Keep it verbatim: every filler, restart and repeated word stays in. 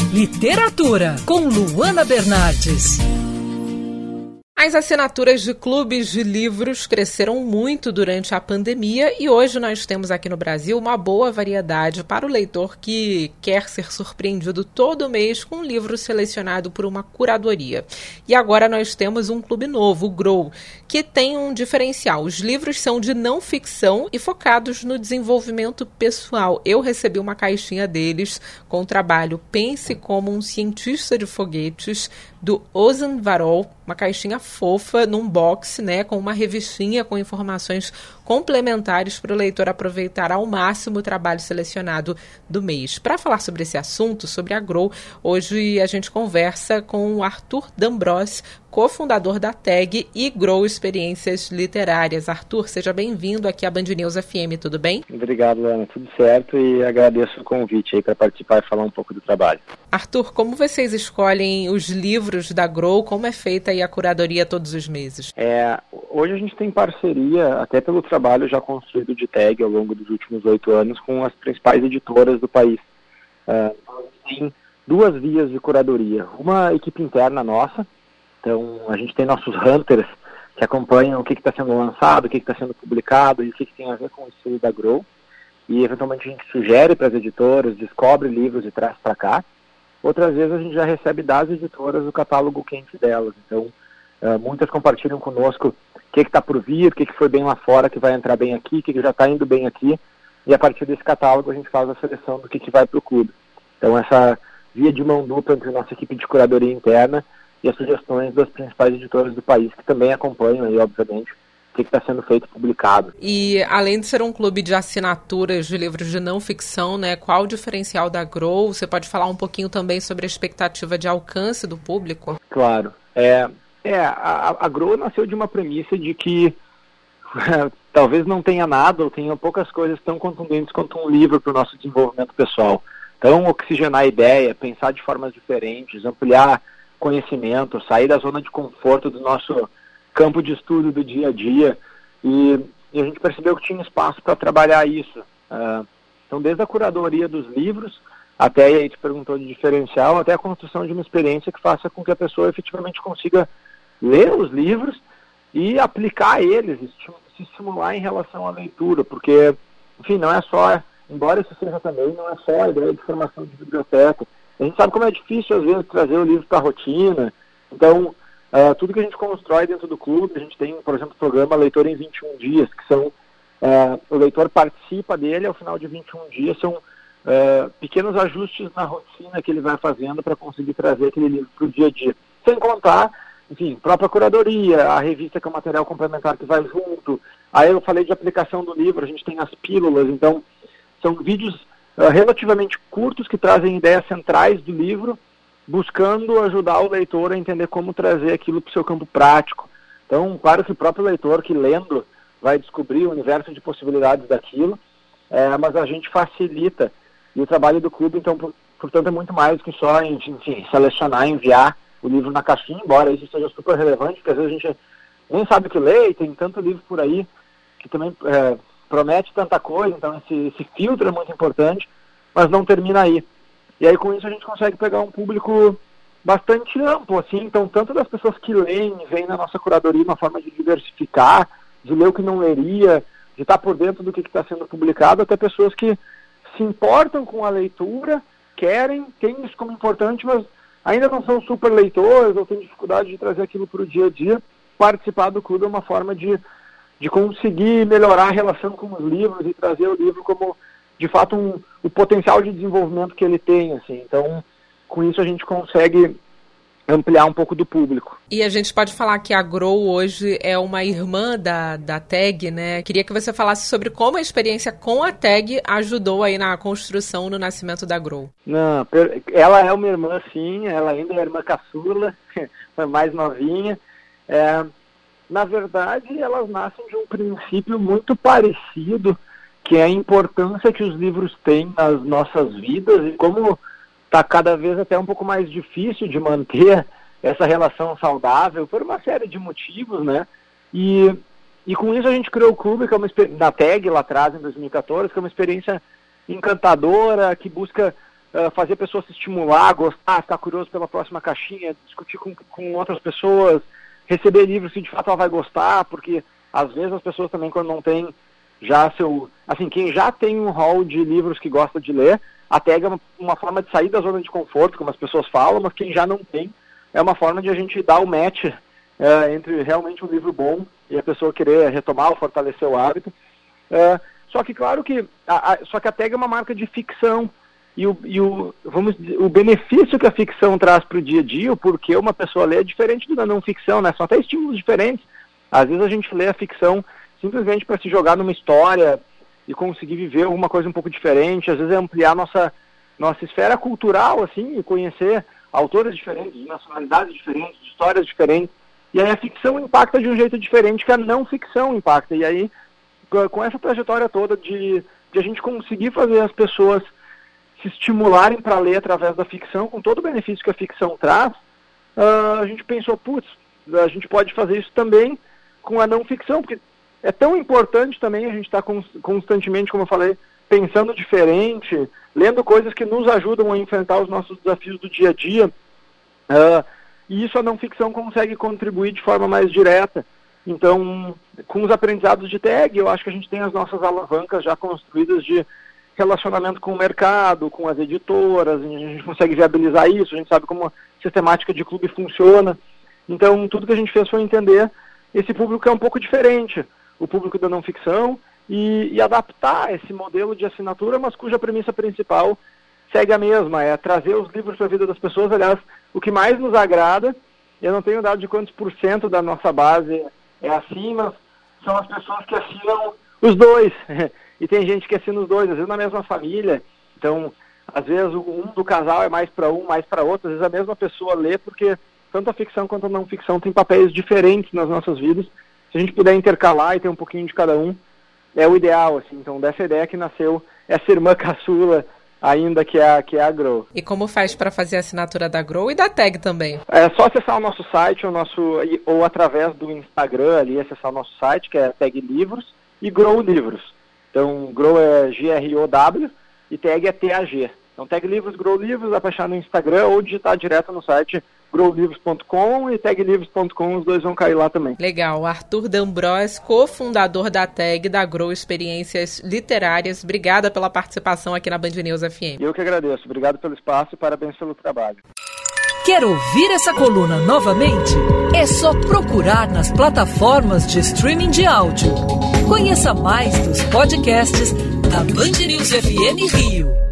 Literatura, com Luana Bernardes. As assinaturas de clubes de livros cresceram muito durante a pandemia e hoje nós temos aqui no Brasil uma boa variedade para o leitor que quer ser surpreendido todo mês com um livro selecionado por uma curadoria. E agora nós temos um clube novo, o Grow, que tem um diferencial. Os livros são de não ficção e focados no desenvolvimento pessoal. Eu recebi uma caixinha deles com o trabalho Pense como um Cientista de Foguetes, do Ozan Varol, uma caixinha fofa num box, né, com uma revistinha com informações complementares para o leitor aproveitar ao máximo o trabalho selecionado do mês. Para falar sobre esse assunto, sobre a Grow, hoje a gente conversa com o Arthur D'Ambros, cofundador da T E G e Grow Experiências Literárias. Arthur, seja bem-vindo aqui à Band News F M, tudo bem? Obrigado, Ana, tudo certo, e agradeço o convite aí para participar e falar um pouco do trabalho. Arthur, como vocês escolhem os livros da Grow? Como é feita aí a curadoria todos os meses? É, hoje a gente tem parceria, até pelo trabalho já construído de T E G ao longo dos últimos oito anos, com as principais editoras do país. É, tem duas vias de curadoria. Uma equipe interna nossa, então a gente tem nossos hunters que acompanham o que está sendo lançado, o que está sendo publicado e o que, que tem a ver com o estilo da Grow. E eventualmente a gente sugere para as editoras, descobre livros e traz para cá. Outras vezes a gente já recebe das editoras o catálogo quente delas. Então, uh, muitas compartilham conosco o que está por vir, o que, que foi bem lá fora, que vai entrar bem aqui, o que, que já está indo bem aqui. E a partir desse catálogo a gente faz a seleção do que, que vai para o clube. Então, essa via de mão dupla entre a nossa equipe de curadoria interna e as sugestões das principais editoras do país, que também acompanham aí, obviamente, o que está sendo feito e publicado. E além de ser um clube de assinaturas de livros de não ficção, né, qual o diferencial da Grow? Você pode falar um pouquinho também sobre a expectativa de alcance do público? Claro. É, é, a, a Grow nasceu de uma premissa de que talvez não tenha nada ou tenha poucas coisas tão contundentes quanto um livro para o nosso desenvolvimento pessoal. Então, oxigenar a ideia, pensar de formas diferentes, ampliar conhecimento, sair da zona de conforto do nosso campo de estudo do dia a dia, e, e a gente percebeu que tinha espaço para trabalhar isso. Uh, então, desde a curadoria dos livros, até, e aí te perguntou de diferencial, até a construção de uma experiência que faça com que a pessoa efetivamente consiga ler os livros e aplicar eles, se estimular em relação à leitura, porque, enfim, não é só, embora isso seja também, não é só a ideia de formação de biblioteca. A gente sabe como é difícil, às vezes, trazer o livro para a rotina. Então, uh, tudo que a gente constrói dentro do clube, a gente tem, por exemplo, o programa Leitor em vinte e um dias, que são, uh, o leitor participa dele, ao final de vinte e um dias, são uh, pequenos ajustes na rotina que ele vai fazendo para conseguir trazer aquele livro para o dia a dia. Sem contar, enfim, própria curadoria, a revista que é o material complementar que vai junto. Aí eu falei de aplicação do livro, a gente tem as pílulas, então são vídeos uh, relativamente curtos que trazem ideias centrais do livro, buscando ajudar o leitor a entender como trazer aquilo para o seu campo prático. Então, claro que o próprio leitor que lendo vai descobrir o universo de possibilidades daquilo, é, mas a gente facilita. E o trabalho do clube, então, por, portanto, é muito mais do que só, enfim, selecionar, enviar o livro na caixinha, embora isso seja super relevante, porque às vezes a gente nem sabe o que lê, e tem tanto livro por aí que também é, promete tanta coisa, então esse, esse filtro é muito importante, mas não termina aí. E aí com isso a gente consegue pegar um público bastante amplo, assim, então tanto das pessoas que leem, vêm na nossa curadoria uma forma de diversificar, de ler o que não leria, de estar por dentro do que está sendo publicado, até pessoas que se importam com a leitura, querem, têm isso como importante, mas ainda não são super leitores ou têm dificuldade de trazer aquilo para o dia a dia. Participar do clube é uma forma de, de conseguir melhorar a relação com os livros e trazer o livro como, de fato, um, o potencial de desenvolvimento que ele tem, assim. Então, com isso a gente consegue ampliar um pouco do público. E a gente pode falar que a Grow hoje é uma irmã da, da T E G, né? Queria que você falasse sobre como a experiência com a T E G ajudou aí na construção, no nascimento da Grow. Não, ela é uma irmã, sim, ela ainda é irmã caçula, mais novinha. É, na verdade, elas nascem de um princípio muito parecido, que é a importância que os livros têm nas nossas vidas e como está cada vez até um pouco mais difícil de manter essa relação saudável por uma série de motivos, né? E, e com isso a gente criou o clube, que é uma da T E G lá atrás, em dois mil e quatorze, que é uma experiência encantadora, que busca uh, fazer pessoas se estimular, gostar, ficar curioso pela próxima caixinha, discutir com, com outras pessoas, receber livros que de fato ela vai gostar, porque às vezes as pessoas também, quando não tem já seu... Assim, quem já tem um hall de livros que gosta de ler, a tag é uma, uma forma de sair da zona de conforto, como as pessoas falam, mas quem já não tem, é uma forma de a gente dar o match é, entre realmente um livro bom e a pessoa querer retomar ou fortalecer o hábito. É, só que, claro que a, a, só que a tag é uma marca de ficção, e, o, e o, vamos dizer, o benefício que a ficção traz para o dia a dia, o porquê uma pessoa lê é diferente da não ficção, né? São até estímulos diferentes. Às vezes a gente lê a ficção simplesmente para se jogar numa história e conseguir viver alguma coisa um pouco diferente, às vezes é ampliar nossa, nossa esfera cultural, assim, e conhecer autores diferentes, de nacionalidades diferentes, de histórias diferentes, e aí a ficção impacta de um jeito diferente que a não ficção impacta, e aí com essa trajetória toda de, de a gente conseguir fazer as pessoas se estimularem para ler através da ficção, com todo o benefício que a ficção traz, uh, a gente pensou, putz, a gente pode fazer isso também com a não ficção, porque é tão importante também a gente estar tá constantemente, como eu falei, pensando diferente, lendo coisas que nos ajudam a enfrentar os nossos desafios do dia a dia, uh, e isso a não ficção consegue contribuir de forma mais direta. Então, com os aprendizados de tag, eu acho que a gente tem as nossas alavancas já construídas de relacionamento com o mercado, com as editoras, a gente consegue viabilizar isso, a gente sabe como a sistemática de clube funciona. Então, tudo que a gente fez foi entender esse público que é um pouco diferente, o público da não ficção, e, e adaptar esse modelo de assinatura, mas cuja premissa principal segue a mesma, é trazer os livros para a vida das pessoas. Aliás, o que mais nos agrada, eu não tenho dado de quantos por cento da nossa base é assim, mas são as pessoas que assinam os dois, e tem gente que assina os dois, às vezes na mesma família, então, às vezes um do casal é mais para um, mais para outro, às vezes a mesma pessoa lê, porque tanto a ficção quanto a não ficção tem papéis diferentes nas nossas vidas. Se a gente puder intercalar e ter um pouquinho de cada um, é o ideal, assim. Então, dessa ideia que nasceu essa irmã caçula ainda, que é a, que é a Grow. E como faz para fazer a assinatura da Grow e da Tag também? É só acessar o nosso site, o nosso, ou através do Instagram ali, acessar o nosso site, que é Tag Livros, e Grow Livros. Então, Grow é G R O W e Tag é T A G. Então, Tag Livros, Grow Livros, dá para achar no Instagram ou digitar direto no site grow livros ponto com e tag livros ponto com, os dois vão cair lá também. Legal. Arthur D'Ambros, cofundador da Tag, da Grow Experiências Literárias. Obrigada pela participação aqui na Band News F M. Eu que agradeço. Obrigado pelo espaço e parabéns pelo trabalho. Quer ouvir essa coluna novamente? É só procurar nas plataformas de streaming de áudio. Conheça mais dos podcasts da Band News F M Rio.